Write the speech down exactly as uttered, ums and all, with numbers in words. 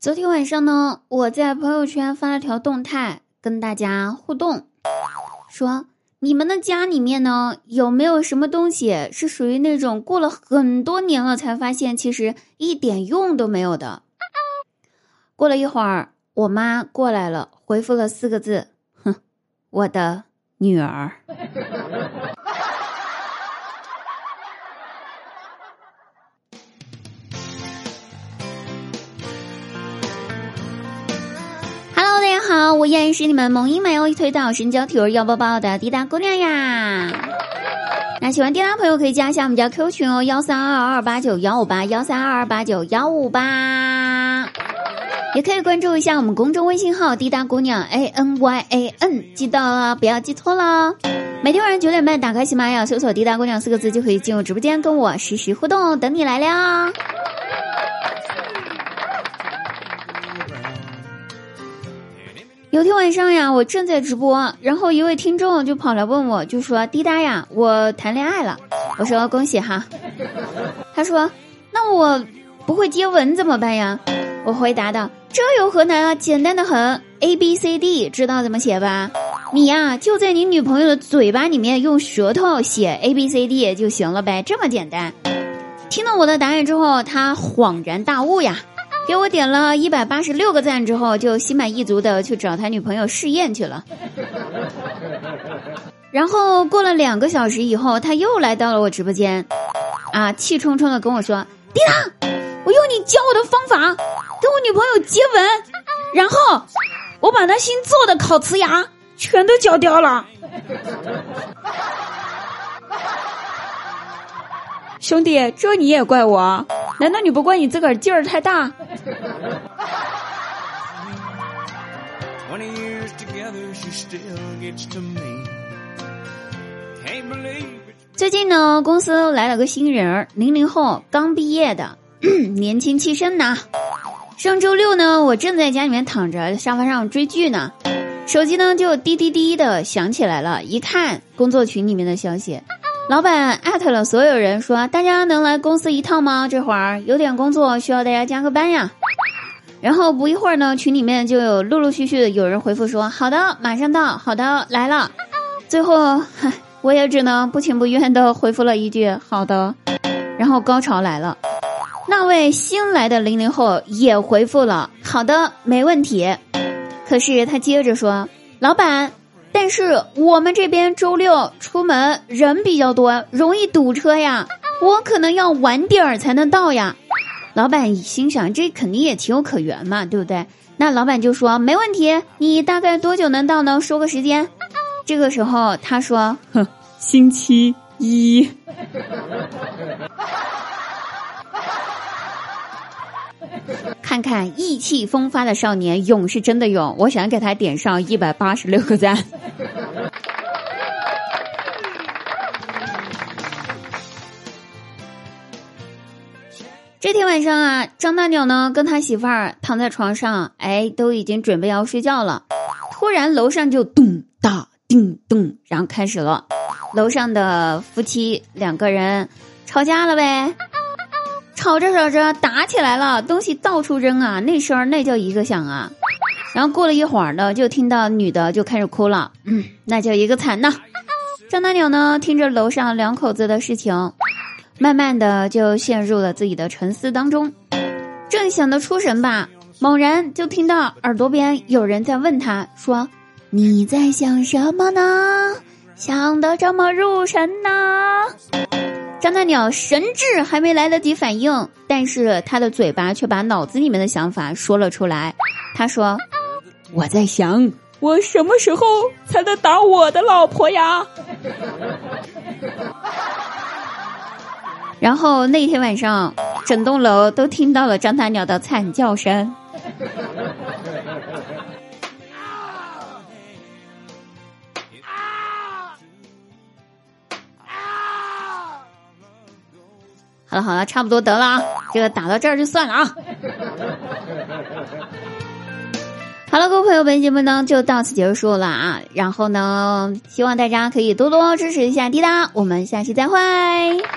昨天晚上呢，我在朋友圈发了条动态，跟大家互动，说你们的家里面呢，有没有什么东西是属于那种过了很多年了才发现其实一点用都没有的？过了一会儿，我妈过来了，回复了四个字：哼，我的女儿。Hello， 大家好，我依然是你们萌音美欧一推倒神交体味腰包包的滴答姑娘呀。那喜欢滴答朋友可以加一下我们家 Q 群哦，幺三二二八九幺五八幺三二二八九幺五八，也可以关注一下我们公众微信号滴答姑娘 A N Y A N， 记得了，不要记错了。每天晚上九点半打开喜马拉雅搜索滴答姑娘四个字就可以进入直播间跟我实时互动，等你来了。有天晚上呀，我正在直播，然后一位听众就跑来问我，就说滴答呀，我谈恋爱了。我说恭喜哈。他说那我不会接吻怎么办呀？我回答道，这有何难啊，简单的很， A B C D 知道怎么写吧？你呀就在你女朋友的嘴巴里面用舌头写 A B C D 就行了呗，这么简单。听了我的答案之后，他恍然大悟呀，给我点了一百八十六个赞之后，就心满意足的去找他女朋友试验去了。然后过了两个小时以后，他又来到了我直播间，啊，气冲冲的跟我说，滴答，我用你教我的方法跟我女朋友接吻，然后我把他新做的烤瓷牙全都嚼掉了。兄弟，这你也怪我？难道你不怪你自个儿劲儿太大？最近呢，公司来了个新人，零零后，刚毕业的，年轻气盛呐。上周六呢，我正在家里面躺着沙发上追剧呢，手机呢就滴滴滴的响起来了，一看工作群里面的消息。老板艾特了所有人说，大家能来公司一趟吗？这会儿有点工作需要大家加个班呀。然后不一会儿呢，群里面就有陆陆续续的有人回复说，好的，马上到，好的，来了。最后我也只能不情不愿的回复了一句好的。然后高潮来了，那位新来的零零后也回复了好的，没问题。可是他接着说，老板，但是我们这边周六出门人比较多，容易堵车呀，我可能要晚点儿才能到呀。老板心想，这肯定也情有可原嘛，对不对？那老板就说，没问题，你大概多久能到呢？说个时间。这个时候他说，哼，星期一。看看意气风发的少年，勇是真的勇，我想给他点上一百八十六个赞。这天晚上啊，张大鸟呢跟他媳妇儿躺在床上，哎，都已经准备要睡觉了，突然楼上就咚哒叮咚，然后开始了，楼上的夫妻两个人吵架了呗。吵着吵着打起来了，东西到处扔啊，那声那叫一个响啊。然后过了一会儿呢，就听到女的就开始哭了，嗯，那叫一个惨呐。张大鸟呢听着楼上两口子的事情，慢慢的就陷入了自己的沉思当中。正想得出神吧，猛然就听到耳朵边有人在问他说，你在想什么呢？想得这么入神呢？张大鸟神智还没来得及反应，但是他的嘴巴却把脑子里面的想法说了出来。他说，我在想，我什么时候才能打我的老婆呀？然后那天晚上，整栋楼都听到了张大鸟的惨叫声。好了好了，差不多得了啊，这个打到这儿就算了啊。好了，各位朋友，本期节目呢就到此结束了啊。然后呢，希望大家可以多多支持一下滴答，我们下期再会。